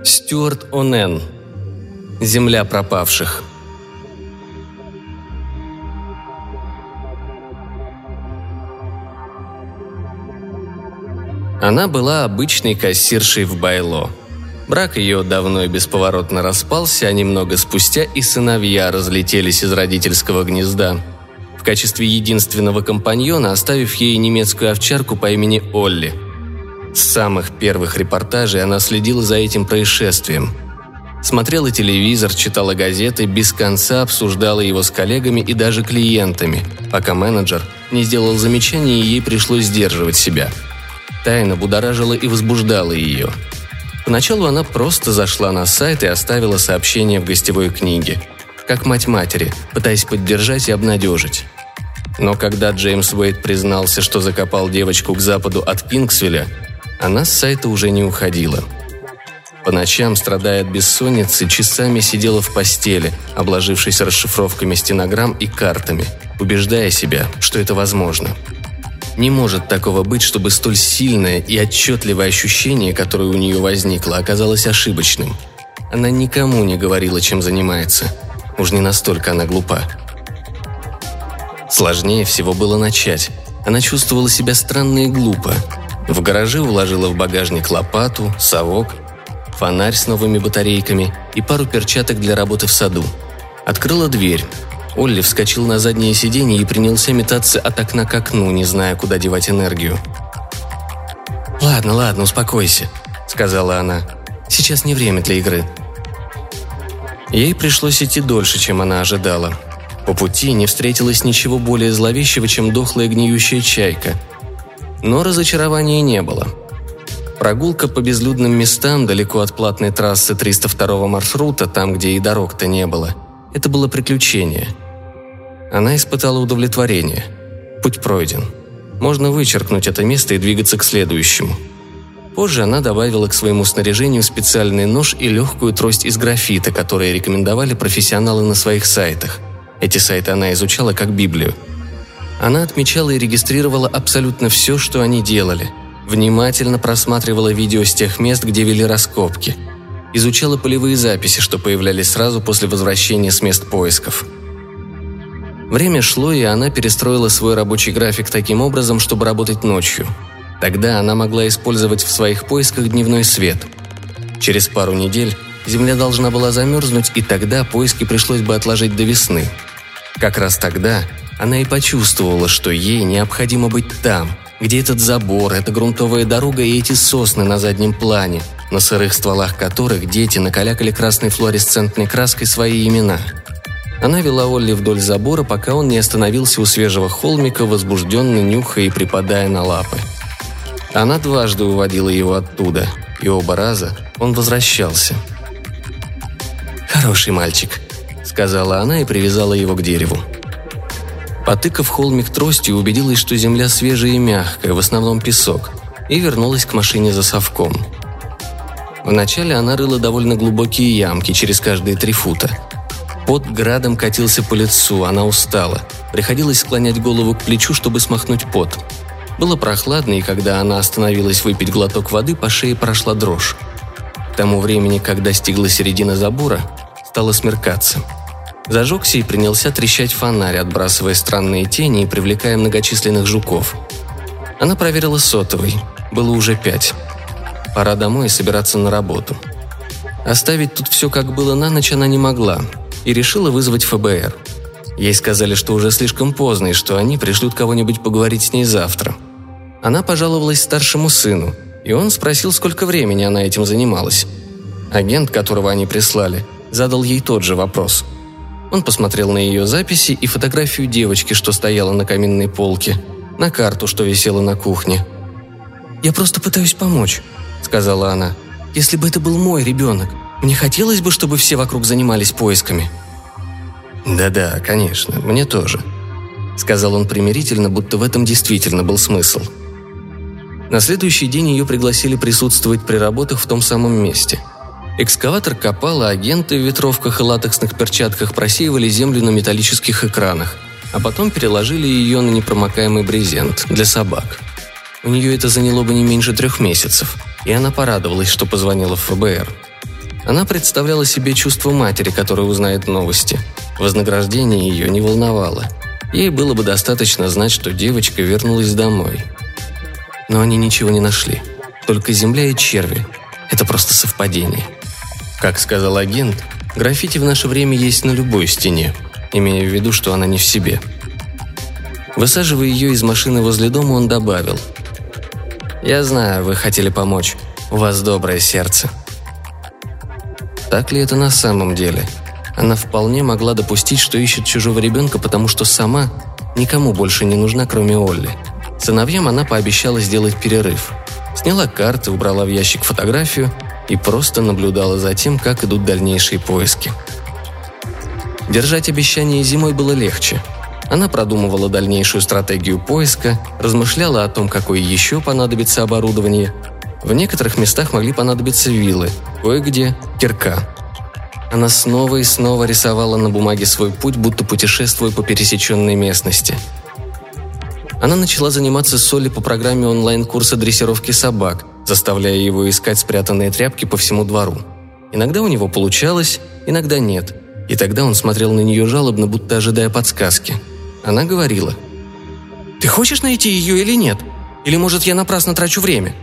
Стюарт О'Нен. Земля пропавших. Она была обычной кассиршей в Байло. Брак ее давно и бесповоротно распался, а немного спустя и сыновья разлетелись из родительского гнезда, в качестве единственного компаньона оставив ей немецкую овчарку по имени Олли. С самых первых репортажей она следила за этим происшествием. Смотрела телевизор, читала газеты, без конца обсуждала его с коллегами и даже клиентами, пока менеджер не сделал замечание, и ей пришлось сдерживать себя. Тайна будоражила и возбуждала ее. Поначалу она просто зашла на сайт и оставила сообщение в гостевой книге, как мать матери, пытаясь поддержать и обнадежить. Но когда Джеймс Уэйд признался, что закопал девочку к западу от Кингсвилля, она с сайта уже не уходила. По ночам, страдая от бессонницы, часами сидела в постели, обложившись расшифровками стенограмм и картами, убеждая себя, что это возможно. Не может такого быть, чтобы столь сильное и отчетливое ощущение, которое у нее возникло, оказалось ошибочным. Она никому не говорила, чем занимается. Уж не настолько она глупа. Сложнее всего было начать. Она чувствовала себя странно и глупо. В гараже уложила в багажник лопату, совок, фонарь с новыми батарейками и пару перчаток для работы в саду. Открыла дверь. Олли вскочил на заднее сиденье и принялся метаться от окна к окну, не зная, куда девать энергию. «Ладно, успокойся», — сказала она. «Сейчас не время для игры». Ей пришлось идти дольше, чем она ожидала. По пути не встретилось ничего более зловещего, чем дохлая гниющая чайка. Но разочарования не было. Прогулка по безлюдным местам далеко от платной трассы 302 маршрута, там, где и дорог-то не было, это было приключение. Она испытала удовлетворение. Путь пройден. Можно вычеркнуть это место и двигаться к следующему. Позже она добавила к своему снаряжению специальный нож и легкую трость из графита, которые рекомендовали профессионалы на своих сайтах. Эти сайты она изучала как Библию. Она отмечала и регистрировала абсолютно все, что они делали. Внимательно просматривала видео с тех мест, где вели раскопки. Изучала полевые записи, что появлялись сразу после возвращения с мест поисков. Время шло, и она перестроила свой рабочий график таким образом, чтобы работать ночью. Тогда она могла использовать в своих поисках дневной свет. Через пару недель земля должна была замерзнуть, и тогда поиски пришлось бы отложить до весны. Как раз тогда она и почувствовала, что ей необходимо быть там, где этот забор, эта грунтовая дорога и эти сосны на заднем плане, на сырых стволах которых дети накалякали красной флуоресцентной краской свои имена. Она вела Олли вдоль забора, пока он не остановился у свежего холмика, возбужденно нюхая и припадая на лапы. Она дважды уводила его оттуда, и оба раза он возвращался. «Хороший мальчик», — сказала она и привязала его к дереву. Потыкав холмик тростью, убедилась, что земля свежая и мягкая, в основном песок, и вернулась к машине за совком. Вначале она рыла довольно глубокие ямки, через каждые 3 фута. Пот градом катился по лицу, она устала. Приходилось склонять голову к плечу, чтобы смахнуть пот. Было прохладно, и когда она остановилась выпить глоток воды, по шее прошла дрожь. К тому времени, когда достигла середина забора, стало смеркаться. Зажегся и принялся трещать фонарь, отбрасывая странные тени и привлекая многочисленных жуков. Она проверила сотовый. Было уже 5. Пора домой и собираться на работу. Оставить тут все, как было на ночь, она не могла, и решила вызвать ФБР. Ей сказали, что уже слишком поздно, и что они пришлют кого-нибудь поговорить с ней завтра. Она пожаловалась старшему сыну, и он спросил, сколько времени она этим занималась. Агент, которого они прислали, задал ей тот же вопрос. Он посмотрел на ее записи и фотографию девочки, что стояла на каминной полке, на карту, что висела на кухне. «Я просто пытаюсь помочь», — сказала она. «Если бы это был мой ребенок, мне хотелось бы, чтобы все вокруг занимались поисками». «Да-да, конечно, мне тоже», — сказал он примирительно, будто в этом действительно был смысл. На следующий день ее пригласили присутствовать при работах в том самом месте. Экскаватор копал, а агенты в ветровках и латексных перчатках просеивали землю на металлических экранах, а потом переложили ее на непромокаемый брезент для собак. У нее это заняло бы не меньше 3 месяцев, и она порадовалась, что позвонила в ФБР. Она представляла себе чувство матери, которая узнает новости. Вознаграждение ее не волновало. Ей было бы достаточно знать, что девочка вернулась домой. Но они ничего не нашли. Только земля и черви. Это просто совпадение. Как сказал агент, граффити в наше время есть на любой стене, имея в виду, что она не в себе. Высаживая ее из машины возле дома, он добавил: «Я знаю, вы хотели помочь. У вас доброе сердце». Так ли это на самом деле? Она вполне могла допустить, что ищет чужого ребенка, потому что сама никому больше не нужна, кроме Олли. Сыновьям она пообещала сделать перерыв. Сняла карты, убрала в ящик фотографию и просто наблюдала за тем, как идут дальнейшие поиски. Держать обещание зимой было легче. Она продумывала дальнейшую стратегию поиска, размышляла о том, какое еще понадобится оборудование. В некоторых местах могли понадобиться виллы, кое-где – кирка. Она снова и снова рисовала на бумаге свой путь, будто путешествуя по пересеченной местности. Она начала заниматься с Олли по программе онлайн-курса дрессировки собак, заставляя его искать спрятанные тряпки по всему двору. Иногда у него получалось, иногда нет. И тогда он смотрел на нее жалобно, будто ожидая подсказки. Она говорила: «Ты хочешь найти ее или нет? Или, может, я напрасно трачу время?»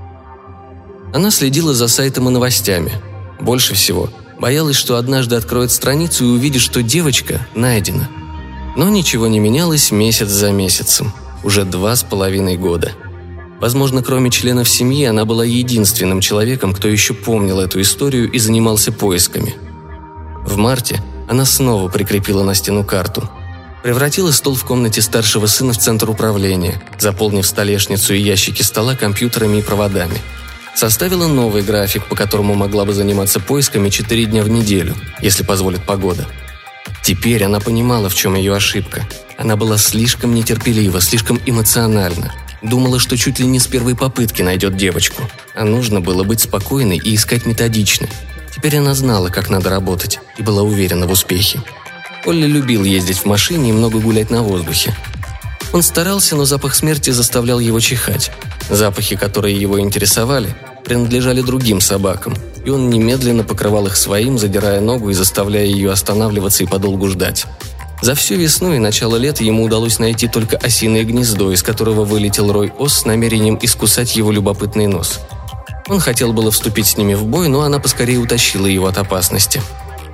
Она следила за сайтом и новостями. Больше всего боялась, что однажды откроет страницу и увидит, что девочка найдена. Но ничего не менялось месяц за месяцем. Уже 2,5 года. Возможно, кроме членов семьи, она была единственным человеком, кто еще помнил эту историю и занимался поисками. В марте она снова прикрепила на стену карту. Превратила стол в комнате старшего сына в центр управления, заполнив столешницу и ящики стола компьютерами и проводами. Составила новый график, по которому могла бы заниматься поисками 4 дня в неделю, если позволит погода. Теперь она понимала, в чем ее ошибка. Она была слишком нетерпелива, слишком эмоциональна. Думала, что чуть ли не с первой попытки найдет девочку. А нужно было быть спокойной и искать методично. Теперь она знала, как надо работать, и была уверена в успехе. Олли любил ездить в машине и много гулять на воздухе. Он старался, но запах смерти заставлял его чихать. Запахи, которые его интересовали, принадлежали другим собакам, и он немедленно покрывал их своим, задирая ногу и заставляя ее останавливаться и подолгу ждать. За всю весну и начало лета ему удалось найти только осиное гнездо, из которого вылетел рой ос с намерением искусать его любопытный нос. Он хотел было вступить с ними в бой, но она поскорее утащила его от опасности.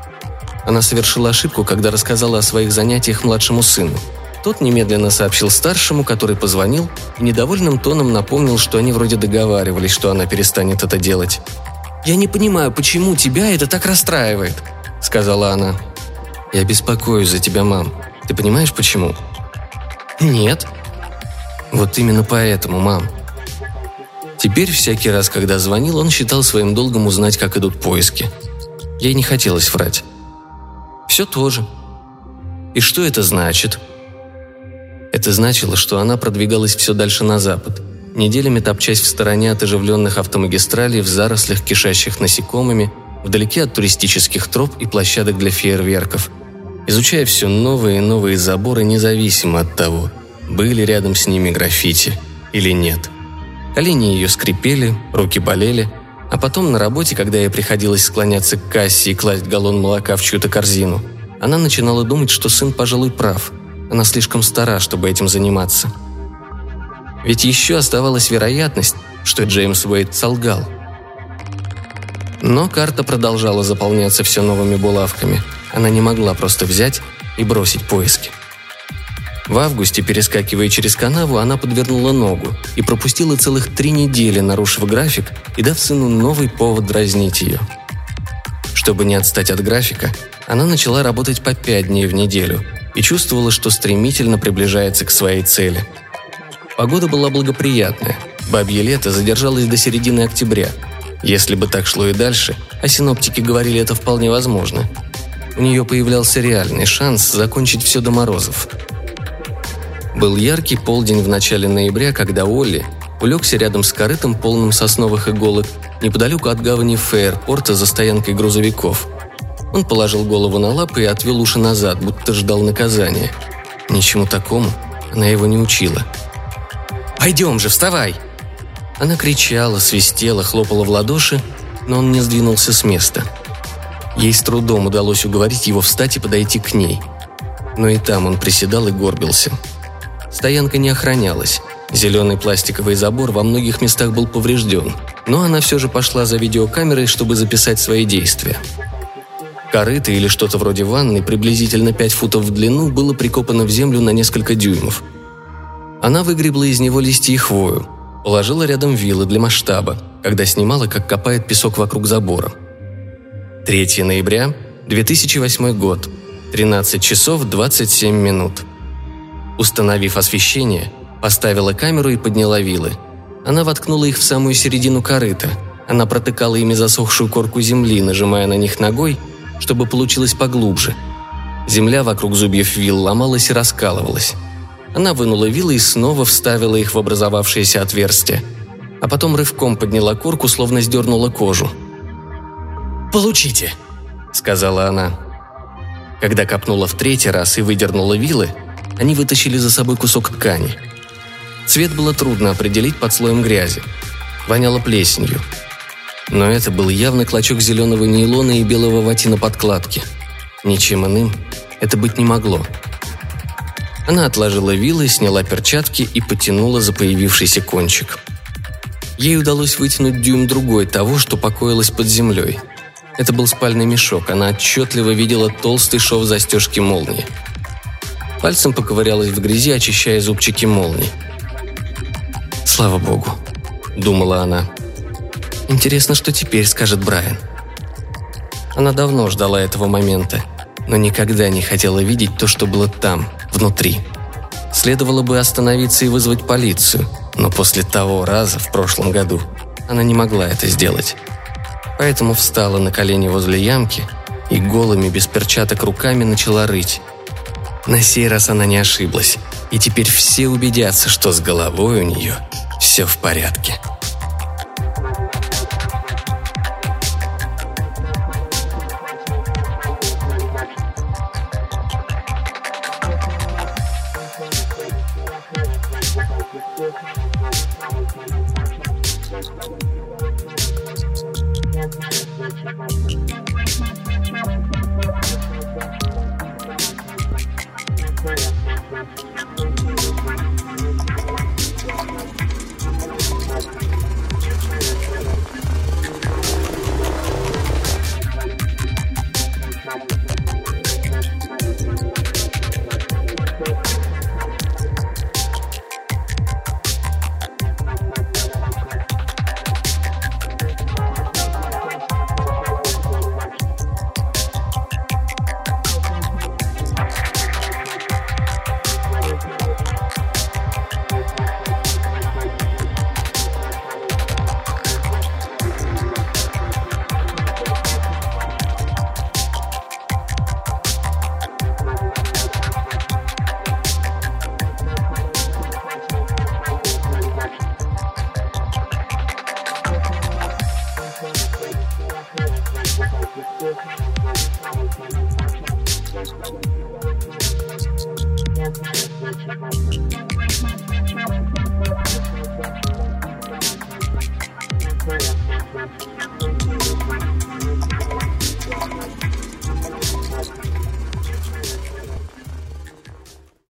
Она совершила ошибку, когда рассказала о своих занятиях младшему сыну. Тот немедленно сообщил старшему, который позвонил, и недовольным тоном напомнил, что они вроде договаривались, что она перестанет это делать. «Я не понимаю, почему тебя это так расстраивает», — сказала она. «Я беспокоюсь за тебя, мам. Ты понимаешь, почему?» «Нет». «Вот именно поэтому, мам». Теперь всякий раз, когда звонил, он считал своим долгом узнать, как идут поиски. Ей не хотелось врать. «Все то же». «И что это значит?» Это значило, что она продвигалась все дальше на запад, неделями топчась в стороне от оживленных автомагистралей, в зарослях, кишащих насекомыми, вдалеке от туристических троп и площадок для фейерверков, изучая все новые и новые заборы, независимо от того, были рядом с ними граффити или нет. Колени ее скрипели, руки болели, а потом на работе, когда ей приходилось склоняться к кассе и класть галлон молока в чью-то корзину, она начинала думать, что сын, пожалуй, прав. Она слишком стара, чтобы этим заниматься. Ведь еще оставалась вероятность, что Джеймс Уэйд солгал. Но карта продолжала заполняться все новыми булавками. Она не могла просто взять и бросить поиски. В августе, перескакивая через канаву, она подвернула ногу и пропустила целых 3 недели, нарушив график и дав сыну новый повод дразнить ее. Чтобы не отстать от графика, она начала работать по 5 дней в неделю и чувствовала, что стремительно приближается к своей цели. Погода была благоприятная, бабье лето задержалось до середины октября. Если бы так шло и дальше, а синоптики говорили, это вполне возможно, у нее появлялся реальный шанс закончить все до морозов. Был яркий полдень в начале ноября, когда Олли улегся рядом с корытом, полным сосновых иголок, неподалеку от гавани Фейерпорта за стоянкой грузовиков. Он положил голову на лапы и отвел уши назад, будто ждал наказания. Ничему такому она его не учила. «Пойдем же, вставай!» Она кричала, свистела, хлопала в ладоши, но он не сдвинулся с места. Ей с трудом удалось уговорить его встать и подойти к ней. Но и там он приседал и горбился. Стоянка не охранялась. Зеленый пластиковый забор во многих местах был поврежден, но она все же пошла за видеокамерой, чтобы записать свои действия. Корыто или что-то вроде ванны, приблизительно 5 футов в длину, было прикопано в землю на несколько дюймов. Она выгребла из него листья и хвою, положила рядом вилы для масштаба, когда снимала, как копает песок вокруг забора. 3 ноября 2008 год, 13 часов 27 минут. Установив освещение, поставила камеру и подняла вилы. Она воткнула их в самую середину корыта. Она протыкала ими засохшую корку земли, нажимая на них ногой, чтобы получилось поглубже. Земля вокруг зубьев вил ломалась и раскалывалась. Она вынула вилы и снова вставила их в образовавшееся отверстие, а потом рывком подняла корку, словно сдернула кожу. «Получите!» – сказала она. Когда копнула в 3-й раз и выдернула вилы, они вытащили за собой кусок ткани. Цвет было трудно определить под слоем грязи. Воняло плесенью. Но это был явно клочок зеленого нейлона и белого ватина подкладки. Ничем иным это быть не могло. Она отложила вилы, сняла перчатки и потянула за появившийся кончик. Ей удалось вытянуть дюйм другой того, что покоилось под землей. Это был спальный мешок, она отчетливо видела толстый шов застежки молнии. Пальцем поковырялась в грязи, очищая зубчики молний. «Слава богу», — думала она. «Интересно, что теперь скажет Брайан». Она давно ждала этого момента, но никогда не хотела видеть то, что было там, внутри. Следовало бы остановиться и вызвать полицию, но после того раза в прошлом году она не могла это сделать. Поэтому встала на колени возле ямки и голыми, без перчаток руками начала рыть. На сей раз она не ошиблась, и теперь все убедятся, что с головой у нее все в порядке. Yeah.